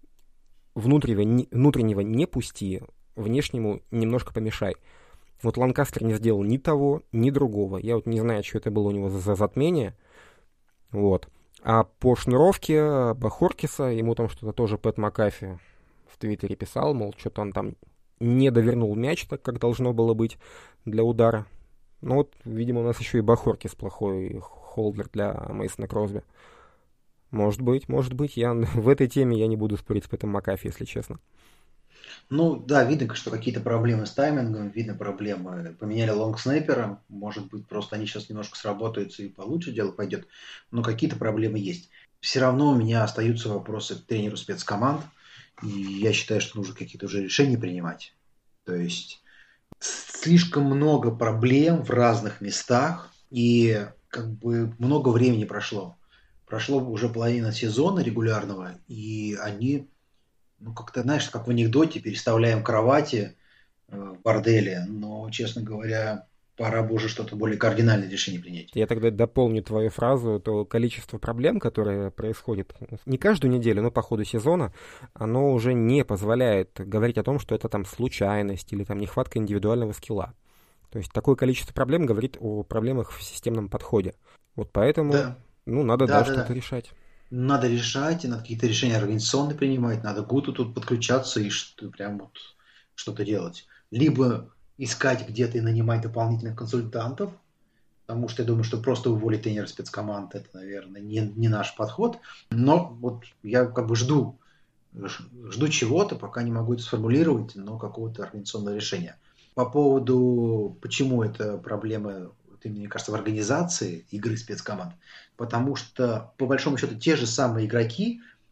Внутреннего не пусти, внешнему немножко помешай. Вот Ланкастер не сделал ни того, ни другого. Я вот не знаю, что это было у него за затмение. Вот. А по шнуровке Бахоркиса, ему там что-то тоже Пэт Макафи в Твиттере писал, мол, что-то он там не довернул мяч так, как должно было быть для удара. Ну вот, видимо, у нас еще и Бахоркис плохой холдер для Мейсона Кросби. Может быть. В этой теме я не буду спорить с Пэтом Макафи, если честно.
Ну, да, видно, что какие-то проблемы с таймингом, видно проблемы. Поменяли лонгснайпера, может быть, просто они сейчас немножко сработаются и получше дело пойдет, но какие-то проблемы есть. Все равно у меня остаются вопросы к тренеру спецкоманд, и я считаю, что нужно какие-то уже решения принимать. То есть слишком много проблем в разных местах, и как бы много времени прошло. Прошло уже половина сезона регулярного, и они... Ну, как-то, знаешь, как в анекдоте, переставляем кровати в борделе, но, честно говоря, пора бы уже что-то более кардинальное решение принять.
Я тогда дополню твою фразу, то количество проблем, которые происходит не каждую неделю, но по ходу сезона, оно уже не позволяет говорить о том, что это там случайность или там нехватка индивидуального скилла. То есть такое количество проблем говорит о проблемах в системном подходе. Вот поэтому, надо что-то решать.
Надо решать, и надо какие-то решения организационные принимать, надо Гуту тут подключаться и прям вот что-то делать. Либо искать где-то и нанимать дополнительных консультантов, потому что я думаю, что просто уволить тренера спецкоманд, это, наверное, не наш подход. Но вот я как бы жду чего-то, пока не могу это сформулировать, но какого-то организационного решения. По поводу, почему это проблема, мне кажется, в организации игры спецкоманд, потому что, по большому счету, те же самые игроки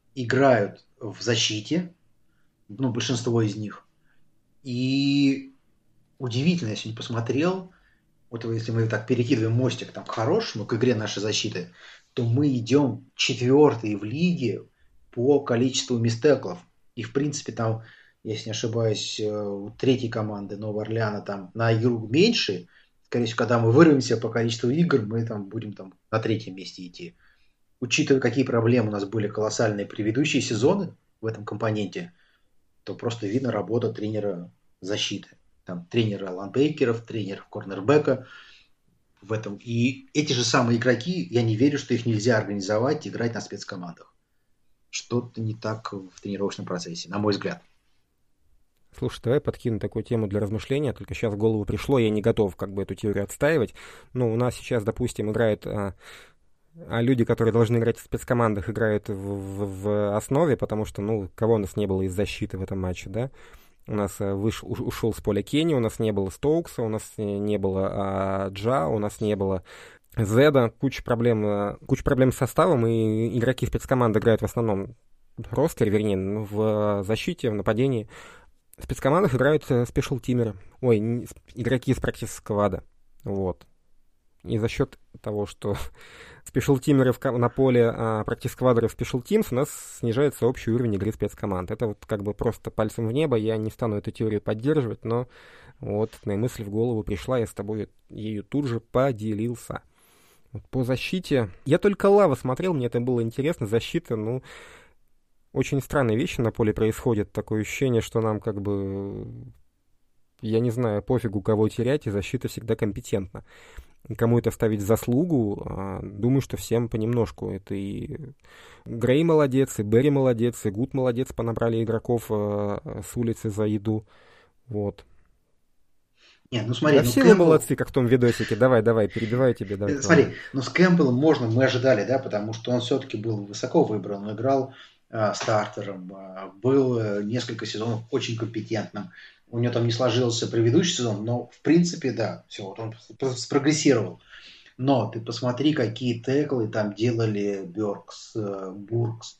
играют в защите, ну, большинство из них. И удивительно, я сегодня посмотрел, вот если мы так перекидываем мостик там, к хорошему, к игре нашей защиты, то мы идем 4-й в лиге по количеству мистеклов. И, в принципе, там, если не ошибаюсь, у третьей команды Нового Орлеана там на игру меньше. Скорее всего, когда мы вырвемся по количеству игр, мы там будем там на 3-м месте идти. Учитывая, какие проблемы у нас были колоссальные предыдущие сезоны в этом компоненте, то просто видно работа тренера защиты. Там тренера лайнбекеров, тренера корнербека в этом. И эти же самые игроки, я не верю, что их нельзя организовать, играть на спецкомандах. Что-то не так в тренировочном процессе, на мой взгляд.
Слушай, давай подкину такую тему для размышления, только сейчас в голову пришло, я не готов как бы эту теорию отстаивать. Ну, у нас сейчас, допустим, играют люди, которые должны играть в спецкомандах, играют в основе, потому что, ну, кого у нас не было из защиты в этом матче, да? У нас ушел с поля Кенни, у нас не было Стоукса, у нас не было Джа, у нас не было Зеда, куча проблем с составом, и игроки спецкоманды играют в основном в ростере, вернее, в защите, в нападении. В спецкомандах играют спешл-тимеры. Ой, игроки из практис-сквада. Вот. И за счет того, что спешл-тимеры на поле, практис-сквадеры в спешл-тимс, у нас снижается общий уровень игры спецкоманд. Это вот как бы просто пальцем в небо. Я не стану эту теорию поддерживать, но вот моя мысль в голову пришла, я с тобой ею тут же поделился. Вот по защите... Я только Лава смотрел, мне это было интересно. Защита, ну... Очень странные вещи на поле происходят. Такое ощущение, что нам как бы... Я не знаю, пофигу, кого терять, и защита всегда компетентна. Кому это ставить в заслугу, думаю, что всем понемножку. Это и Грей молодец, и Берри молодец, и Гуд молодец, понабрали игроков с улицы за еду. Вот.
Не, ну смотри,
да все вы молодцы, как в том видосике. Давай, перебиваю тебя. Давай,
смотри, ну с Кэмпбеллом мы ожидали, да, потому что он все-таки был высоко выбран, он играл стартером, был несколько сезонов очень компетентным. У него там не сложился предыдущий сезон, но в принципе, да, все, вот он спрогрессировал. Но ты посмотри, какие теклы там делали Бёркс, Буркс,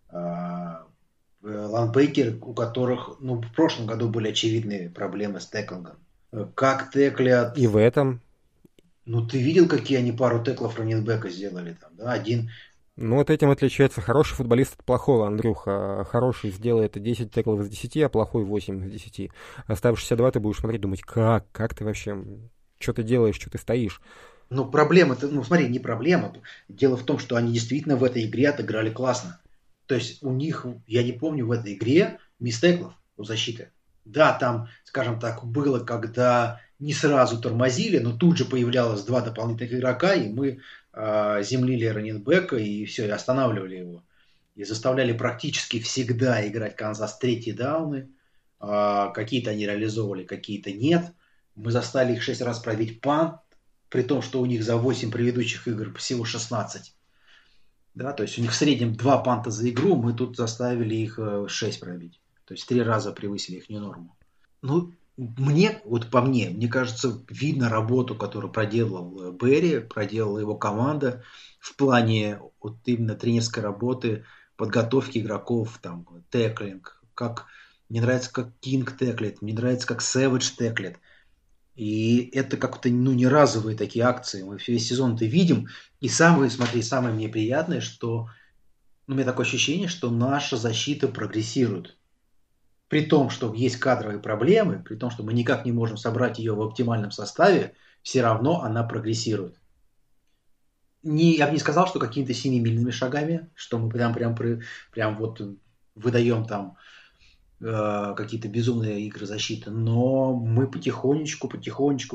лайнбекеры, у которых, ну, в прошлом году были очевидные проблемы с теклингом. Как теклят...
И в этом...
Ну, ты видел, какие они пару теклов раннинбека сделали там, да? Один...
Ну, вот этим отличается хороший футболист от плохого, Андрюха. Хороший сделает 10 теклов из 10, а плохой 8 из 10. Оставшиеся 2 ты будешь смотреть, думать, как ты вообще, что ты делаешь, что ты стоишь.
Ну, проблема-то, ну, смотри, не проблема. Дело в том, что они действительно в этой игре отыграли классно. То есть у них, я не помню, в этой игре мистеклов у защиты. Да, там, скажем так, было, когда не сразу тормозили, но тут же появлялось 2 дополнительных игрока, и мы землили раннинбека, и все, и останавливали его. И заставляли практически всегда играть Канзас 3-й дауны. Какие-то они реализовывали, какие-то нет. Мы заставили их 6 раз пробить пант, при том, что у них за 8 предыдущих игр всего 16. Да, то есть у них в среднем 2 панта за игру, мы тут заставили их 6 пробить. То есть 3 раза превысили их норму. Ну, по мне кажется, видно работу, которую проделал Берри, проделала его команда в плане вот именно тренерской работы, подготовки игроков, там, теклинг. Мне нравится, как Кинг теклит, мне нравится, как Сэвидж теклит. И это как-то, ну, не разовые такие акции. Мы весь сезон это видим. И самое мне приятное, что у меня такое ощущение, что наша защита прогрессирует. При том, что есть кадровые проблемы, при том, что мы никак не можем собрать ее в оптимальном составе, все равно она прогрессирует. Я бы не сказал, что какими-то семимильными шагами, что мы прям вот выдаем там какие-то безумные игры защиты, но мы потихонечку, от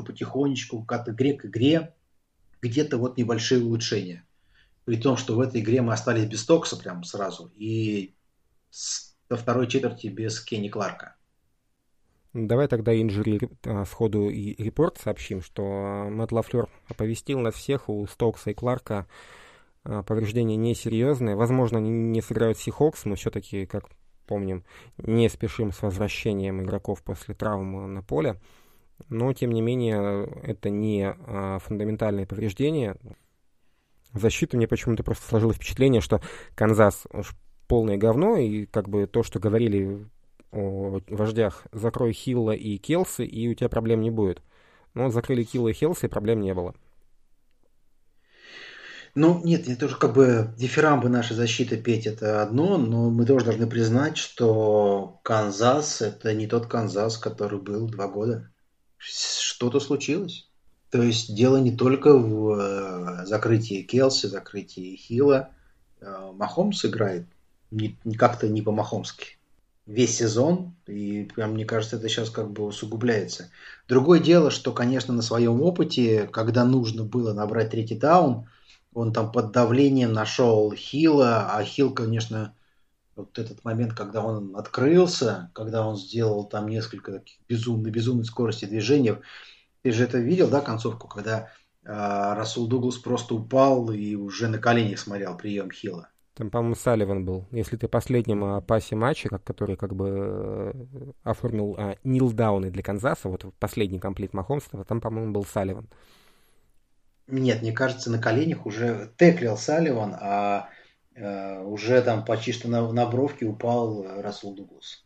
игры к игре, где-то вот небольшие улучшения. При том, что в этой игре мы остались без Стокса прям сразу, и во второй четверти без Кенни Кларка.
Давай тогда инжури сходу и репорт сообщим, что Мэтт Лафлёр оповестил нас всех, у Стокса и Кларка повреждения несерьезные. Возможно, они не сыграют Сихокс, но все-таки, как помним, не спешим с возвращением игроков после травмы на поле. Но, тем не менее, это не фундаментальные повреждения. В защиту мне почему-то просто сложилось впечатление, что Канзас полное говно, и как бы то, что говорили о вождях, закрой Хилла и Келси, и у тебя проблем не будет. Но закрыли Хилла и Хелси, проблем не было.
Ну, нет, это уже как бы дифирамбы нашей защиты петь это одно, но мы тоже должны признать, что Канзас это не тот Канзас, который был 2 года. Что-то случилось. То есть дело не только в закрытии Келси, закрытии Хилла. Махомс играет как-то не по-махомски. Весь сезон, и прям, мне кажется, это сейчас как бы усугубляется. Другое дело, что, конечно, на своем опыте, когда нужно было набрать третий даун, он там под давлением нашел Хилла, а Хилл, конечно, вот этот момент, когда он открылся, когда он сделал там несколько таких безумной скорости движения. Ты же это видел, да, концовку, когда Расул Дуглас просто упал и уже на коленях смотрел прием Хилла?
Там, по-моему, Салливан был. Если ты последнем пасе матча, который как бы оформил нилдауны для Канзаса, вот последний комплит Махомса, там, по-моему, был Салливан.
Нет, мне кажется, на коленях уже теклил Салливан, а уже там почти что на бровке упал Расул Дуглас.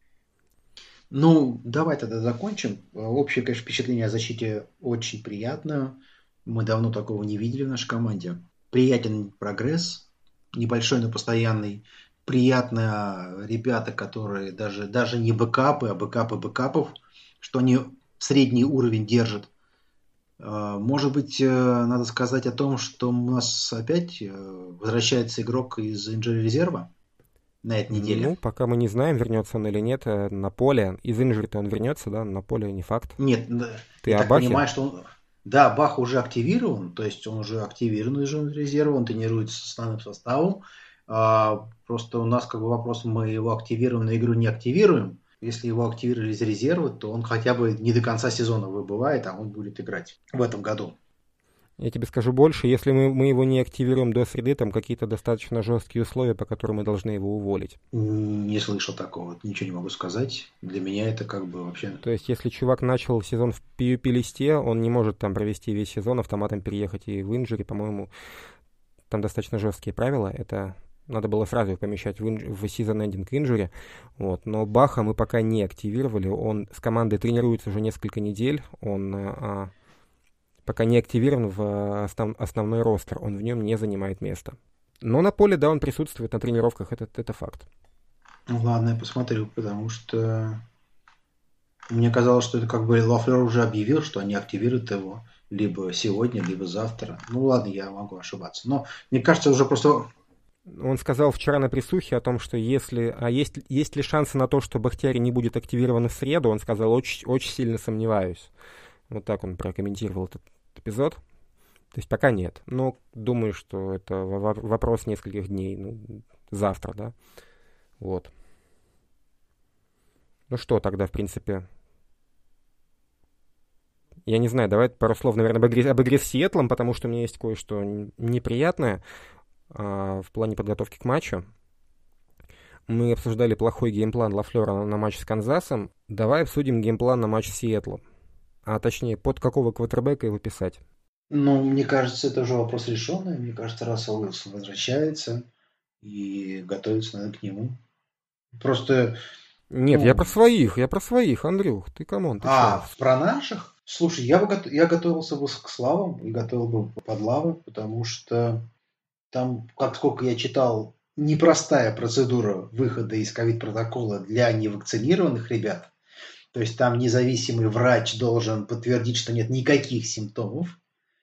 Ну, давай тогда закончим. Общее, конечно, впечатление о защите очень приятное. Мы давно такого не видели в нашей команде. Приятен прогресс, небольшой, но постоянный. Приятно ребята, которые даже не бэкапы, а бэкапы бэкапов, что они средний уровень держат. Может быть, надо сказать о том, что у нас опять возвращается игрок из инжури резерва на этой неделе.
Ну, пока мы не знаем, вернется он или нет на поле. Из инжури-то он вернется, да, на поле не факт.
Нет,
ты
так
Бахе?
Понимаешь, что он... Да, Бах уже активирован, то есть он уже активирован из резерва, он тренируется с основным составом. Просто у нас как бы вопрос, мы его активируем, на игру не активируем. Если его активировали из резерва, то он хотя бы не до конца сезона выбывает, а он будет играть в этом году.
Я тебе скажу больше, если мы его не активируем до среды, там какие-то достаточно жесткие условия, по которым мы должны его уволить.
Не слышал такого, ничего не могу сказать. Для меня это как бы вообще...
То есть, если чувак начал сезон в PUP-листе, он не может там провести весь сезон, автоматом переехать и в инжури, по-моему, там достаточно жесткие правила. Это надо было сразу помещать в season-ending injury. Вот. Но Баха мы пока не активировали. Он с командой тренируется уже несколько недель. Он... пока не активирован в основной ростер, он в нем не занимает место. Но на поле, да, он присутствует на тренировках, это факт.
Ну ладно, я посмотрю, потому что мне казалось, что это как бы Лафлер уже объявил, что они активируют его либо сегодня, либо завтра. Ну ладно, я могу ошибаться. Но мне кажется, уже просто...
Он сказал вчера на присухе о том, что есть ли шансы на то, что Бахтиари не будет активирован в среду, он сказал, очень, очень сильно сомневаюсь. Вот так он прокомментировал этот эпизод. То есть пока нет. Но думаю, что это вопрос нескольких дней. Ну, завтра, да. Вот. Ну что тогда, в принципе... Я не знаю, давай пару слов, наверное, об игре с Сиэтлом, потому что у меня есть кое-что неприятное в плане подготовки к матчу. Мы обсуждали плохой геймплан Лафлера на матч с Канзасом. Давай обсудим геймплан на матч с Сиэтлом. А точнее, под какого квотербека его писать?
Ну, мне кажется, это уже вопрос решенный. Мне кажется, Рассел Уилсон возвращается и готовится, наверное, к нему. Просто...
Нет, я про своих, Андрюх. Ты камон, ты чё?
Про наших? Слушай, я готовился бы к славам и готовил бы под лавы, потому что там, сколько я читал, непростая процедура выхода из ковид-протокола для невакцинированных ребят. То есть там независимый врач должен подтвердить, что нет никаких симптомов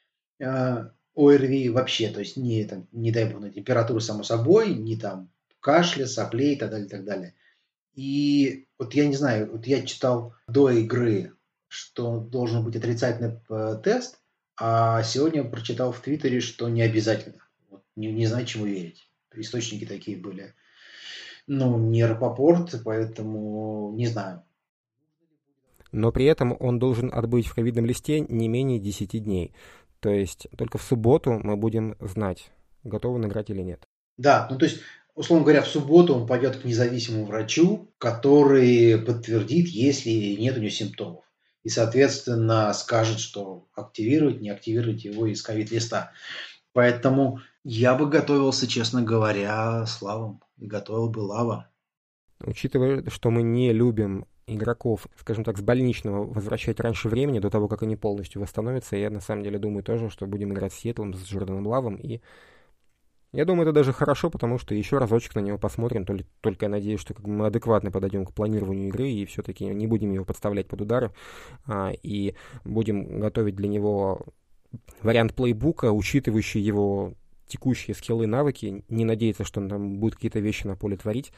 ОРВИ вообще. То есть не дай бог, температуру само собой, ни там кашля, соплей и так далее, и так далее. И вот я не знаю, вот я читал до игры, что должен быть отрицательный тест, а сегодня прочитал в Твиттере, что не обязательно. Вот не знаю, чему верить. Источники такие были. Ну, не Рапопорт, поэтому не знаю.
Но при этом он должен отбыть в ковидном листе не менее 10 дней. То есть только в субботу мы будем знать, готов он играть или нет.
Да, ну то есть, условно говоря, в субботу он пойдет к независимому врачу, который подтвердит, если нет у него симптомов. И, соответственно, скажет, что активировать, не активировать его из ковид-листа. Поэтому Я бы готовился, честно говоря, с Лавом. И готовил бы Лава.
Учитывая, что мы не любим игроков, скажем так, с больничного возвращать раньше времени, до того, как они полностью восстановятся, я на самом деле думаю тоже, что будем играть с Сиэтлом, с Джорданом Лавом, и я думаю, это даже хорошо, потому что еще разочек на него посмотрим, только я надеюсь, что как бы мы адекватно подойдем к планированию игры и все-таки не будем его подставлять под удары, и будем готовить для него вариант плейбука, учитывающий его текущие скиллы и навыки, не надеяться, что он там будет какие-то вещи на поле творить.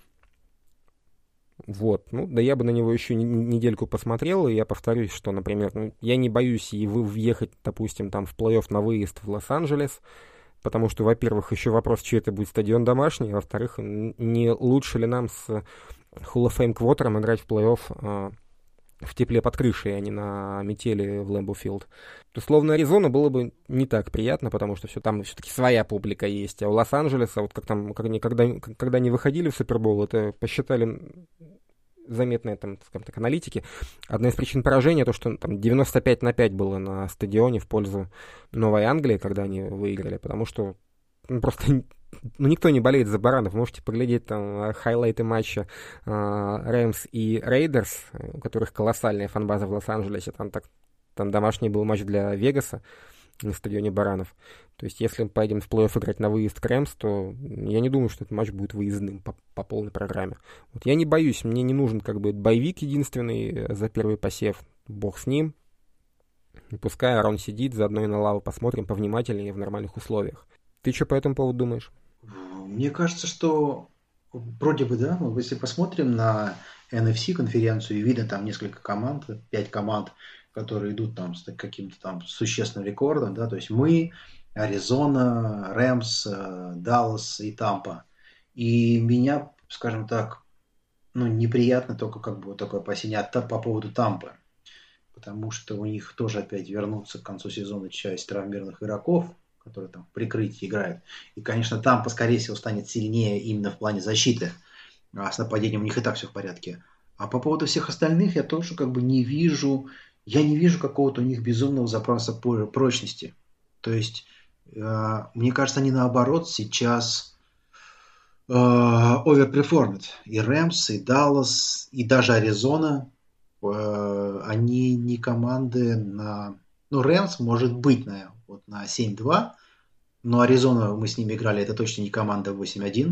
Вот, ну, да я бы на него еще недельку посмотрел, и я повторюсь, что, например, я не боюсь и въехать, допустим, там в плей-офф на выезд в Лос-Анджелес, потому что, во-первых, еще вопрос, чей это будет стадион домашний, а во-вторых, не лучше ли нам с Hall of Fame квотером играть в плей-офф в тепле под крышей, а не на метели в Lambeau Field. То, словно Аризона было бы не так приятно, потому что там все-таки своя публика есть. А у Лос-Анджелеса, вот когда они выходили в Супербол, это посчитали заметные там, скажем так, аналитики. Одна из причин поражения то, что там 95-5 было на стадионе в пользу Новой Англии, когда они выиграли, потому что просто никто не болеет за баранов. Можете поглядеть там хайлайты матча Рэмс и Рейдерс, у которых колоссальная фан-база в Лос-Анджелесе. Там домашний был матч для Вегаса на стадионе баранов. То есть, если мы поедем в плей-офф играть на выезд к Рэмс, то я не думаю, что этот матч будет выездным по полной программе. Вот я не боюсь, мне не нужен как бы боевик единственный за первый посев. Бог с ним. И пускай Арон сидит, заодно и на Лаву посмотрим повнимательнее в нормальных условиях. Ты что по этому поводу думаешь?
Мне кажется, что вроде бы, да, если посмотрим на NFC конференцию и видно там несколько команд, 5 команд, которые идут там с каким-то там существенным рекордом, да, то есть мы, Аризона, Рэмс, Даллас и Тампа. И меня, скажем так, неприятно только как бы вот такое опасение по поводу Тампы, потому что у них тоже опять вернутся к концу сезона часть травмированных игроков, которые там в прикрытии играют. И, конечно, Тампа, скорее всего, станет сильнее именно в плане защиты. А с нападением у них и так все в порядке. А по поводу всех остальных я тоже как бы не вижу какого-то у них безумного запроса прочности. То есть, мне кажется, они наоборот сейчас оверперформят. И Рэмс, и Даллас, и даже Аризона, они не команды на... Рэмс может быть на 7-2, но Аризона, мы с ними играли, это точно не команда 8-1.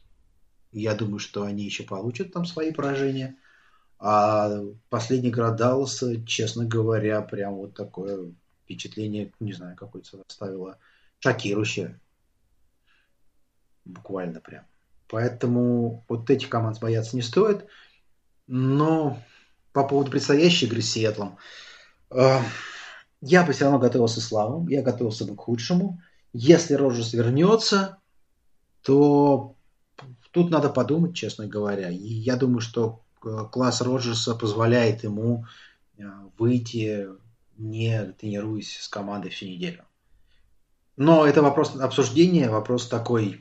Я думаю, что они еще получат там свои поражения. А последняя игра Далласа, честно говоря, прям вот такое впечатление, не знаю, какое-то оставило шокирующее. Буквально прям. Поэтому вот этих команд бояться не стоит. Но по поводу предстоящей игры с Сиэтлом, я бы все равно готовился с Лавом, я готовился бы к худшему. Если Роджерс вернется, то тут надо подумать, честно говоря. И я думаю, что класс Роджерса позволяет ему выйти, не тренируясь с командой всю неделю. Но это вопрос обсуждения, вопрос такой.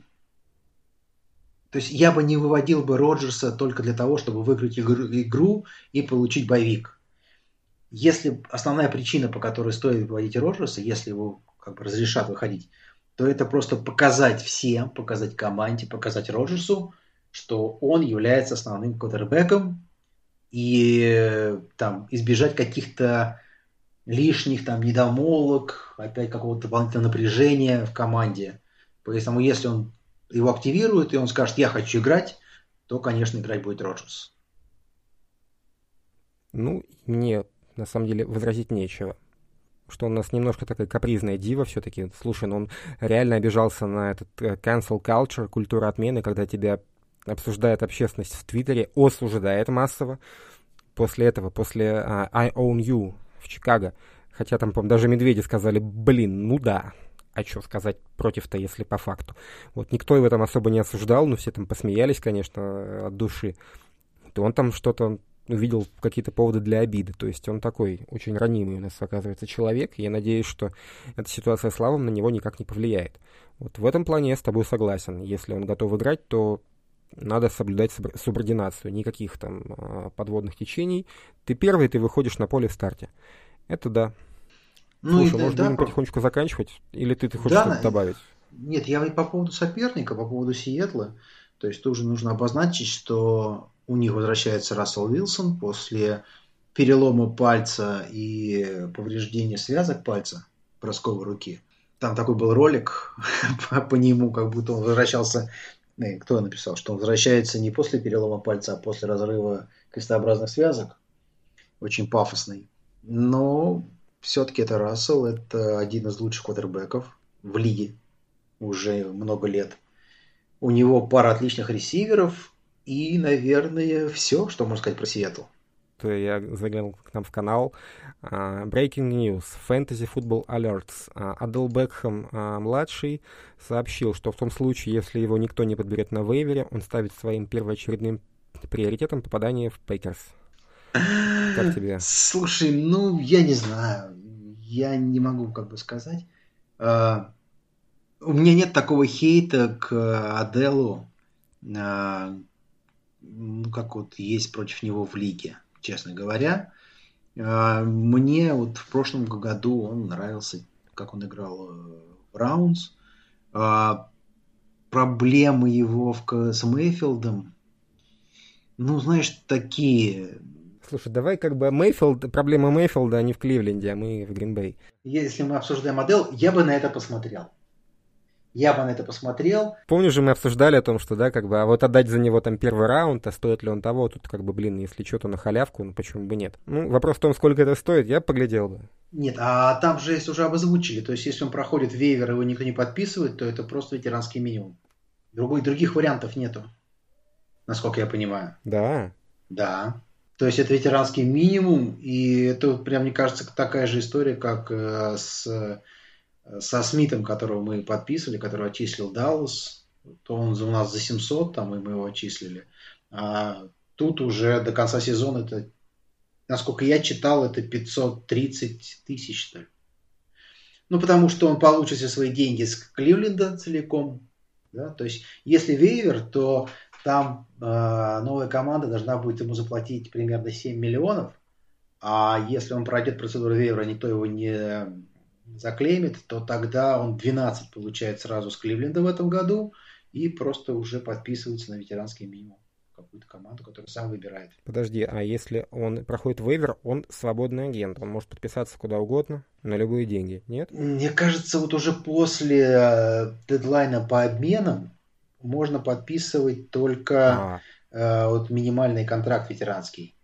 То есть я бы не выводил бы Роджерса только для того, чтобы выиграть игру и получить боевик. Если основная причина, по которой стоит выводить Роджерса, если его как бы разрешат выходить, то это просто показать всем, показать команде, показать Роджерсу, что он является основным квотербеком, и там избежать каких-то лишних там недомолвок, опять какого-то дополнительного напряжения в команде. Поэтому если он его активирует, и он скажет, я хочу играть, то, конечно, играть будет Роджерс.
Мне на самом деле возразить нечего. Что у нас немножко такая капризная дива все-таки. Слушай, он реально обижался на этот cancel culture, культуру отмены, когда тебя обсуждает общественность в Твиттере, осуждает массово. После этого, после I Own You в Чикаго, хотя там, по-моему, даже медведи сказали, да, а что сказать против-то, если по факту. Вот никто его там особо не осуждал, но все там посмеялись, конечно, от души. То он там что-то увидел, какие-то поводы для обиды. То есть он такой очень ранимый у нас, оказывается, человек. И я надеюсь, что эта ситуация с Лавом на него никак не повлияет. Вот в этом плане я с тобой согласен. Если он готов играть, то надо соблюдать субординацию. Никаких там подводных течений. Ты первый, ты выходишь на поле в старте. Это да. Слушай, может, будем потихонечку заканчивать? Или ты хочешь что-то добавить?
Нет, я и по поводу соперника, по поводу Сиэтла. То есть тоже нужно обозначить, что у них возвращается Рассел Уилсон после перелома пальца и повреждения связок пальца бросковой руки. Там такой был ролик по нему, как будто он возвращался. Кто написал, что он возвращается не после перелома пальца, а после разрыва крестообразных связок. Очень пафосный. Но все-таки это Рассел, это один из лучших квотербеков в лиге уже много лет. У него пара отличных ресиверов и, наверное, все, что можно сказать про Сиэтл.
Я заглянул к нам в канал. Breaking News. Fantasy Football Alerts. Адел Бекхэм младший сообщил, что в том случае, если его никто не подберет на вейвере, он ставит своим первоочередным приоритетом попадание в Пейкерс. Как тебе?
Слушай, ну, я не знаю. Я не могу как бы сказать. У меня нет такого хейта к Аделу, ну, как вот есть против него в лиге, честно говоря. Мне вот в прошлом году он нравился, как он играл в Раунс. Проблемы его с Мейфилдом, ну, знаешь, такие.
Слушай, давай как бы проблема Мейфилда, они в Кливленде, а мы в Грин-Бэй.
Если мы обсуждаем Адел, я бы на это посмотрел.
Помнишь же, мы обсуждали о том, что, да, как бы, а вот отдать за него там первый раунд, а стоит ли он того, тут как бы, блин, если что-то на халявку, ну почему бы нет? Ну, вопрос в том, сколько это стоит, я поглядел бы.
Нет, а там же если уже обозвучили, то есть если он проходит вейвер, его никто не подписывает, то это просто ветеранский минимум. Других вариантов нету, насколько я понимаю.
Да.
Да. То есть это ветеранский минимум, и это прям, мне кажется, такая же история, как со Смитом, которого мы подписывали, который отчислил Даллас, то он у нас за 700, там, и мы его отчислили. А тут уже до конца сезона это, насколько я читал, это 530 тысяч, что ли. Ну, потому что он получит все свои деньги с Кливленда целиком. Да? То есть, если вейвер, то там новая команда должна будет ему заплатить примерно 7 миллионов. А если он пройдет процедуру вейвера, никто его не заклеймит, то тогда он 12 получает сразу с Кливленда в этом году и просто уже подписывается на ветеранский минимум какую-то команду, которую сам выбирает.
Подожди, а если он проходит вейвер, он свободный агент, он может подписаться куда угодно, на любые деньги, нет?
Мне кажется, вот уже после дедлайна по обменам можно подписывать только вот минимальный контракт ветеранский.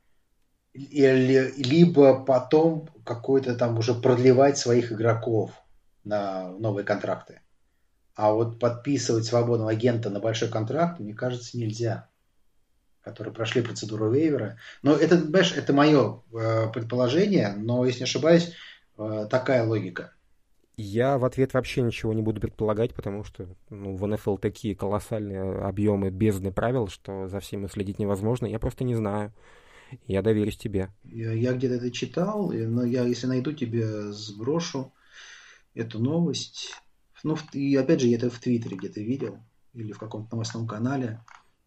Либо потом какой-то там уже продлевать своих игроков на новые контракты. А вот подписывать свободного агента на большой контракт, мне кажется, нельзя. Которые прошли процедуру вейвера. Но это, понимаешь, это мое предположение, но, если не ошибаюсь, такая логика.
Я в ответ вообще ничего не буду предполагать, потому что в НФЛ такие колоссальные объемы бездны правил, что за всеми следить невозможно. Я просто не знаю. Я доверюсь тебе.
Я где-то это читал, но я, если найду, тебе сброшу эту новость. Ну, и опять же, я это в Твиттере где-то видел, или в каком-то новостном канале.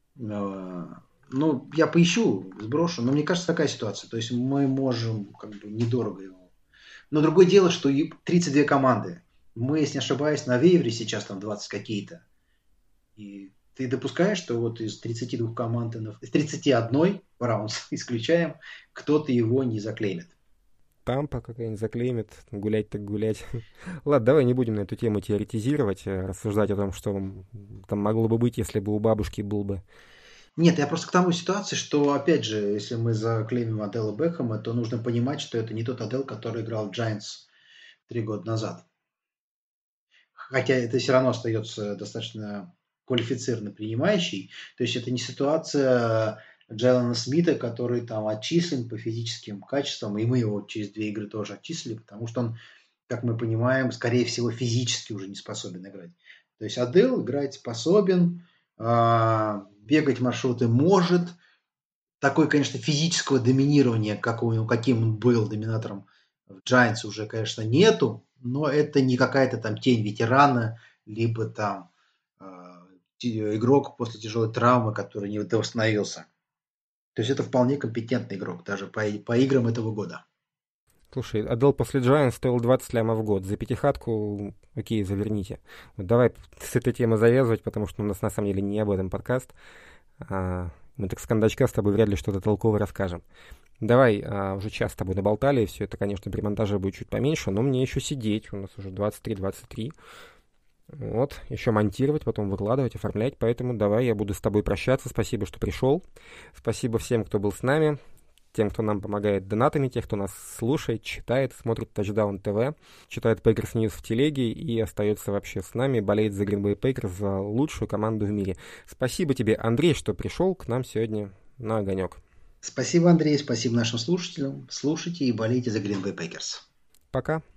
Ну, я поищу, сброшу, но мне кажется, такая ситуация. То есть мы можем как бы недорого его. Но другое дело, что 32 команды. Мы, если не ошибаюсь, на вейвере сейчас там 20 какие-то. И ты допускаешь, что вот из 32 команд, из 31 раунд исключаем, кто-то его не заклеймит.
Тампа какая-нибудь заклеймит, гулять так гулять. Ладно, давай не будем на эту тему теоретизировать, рассуждать о том, что там могло бы быть, если бы у бабушки был бы.
Нет, я просто к тому ситуации, что, опять же, если мы заклеймим Адела Бекхэма, то нужно понимать, что это не тот Адел, который играл в Giants 3 года назад. Хотя это все равно остается достаточно квалифицированно принимающий. То есть это не ситуация Джейлона Смита, который там отчислен по физическим качествам, и мы его через 2 игры тоже отчислили, потому что он, как мы понимаем, скорее всего, физически уже не способен играть. То есть Адел играть способен, бегать маршруты может. Такой, конечно, физического доминирования, каким он был доминатором в Giants, уже, конечно, нету, но это не какая-то там тень ветерана, либо там игрок после тяжелой травмы, который не восстановился. То есть это вполне компетентный игрок, даже по играм этого года.
Слушай, Адел после Giants стоил 20 лямов в год. За пятихатку, окей, заверните. Вот давай с этой темы завязывать, потому что у нас на самом деле не об этом подкаст. Мы так с кондачка с тобой вряд ли что-то толковое расскажем. Давай, уже час с тобой наболтали, все это, конечно, при монтаже будет чуть поменьше, но мне еще сидеть, у нас уже 23. Вот, еще монтировать, потом выкладывать, оформлять, поэтому давай я буду с тобой прощаться. Спасибо, что пришел. Спасибо всем, кто был с нами, тем, кто нам помогает донатами, тех, кто нас слушает, читает, смотрит Touchdown TV, читает Packers News в телеге и остается вообще с нами, болеет за Green Bay Packers, за лучшую команду в мире. Спасибо тебе, Андрей, что пришел к нам сегодня на огонек.
Спасибо, Андрей, спасибо нашим слушателям. Слушайте и болейте за Green Bay Packers.
Пока.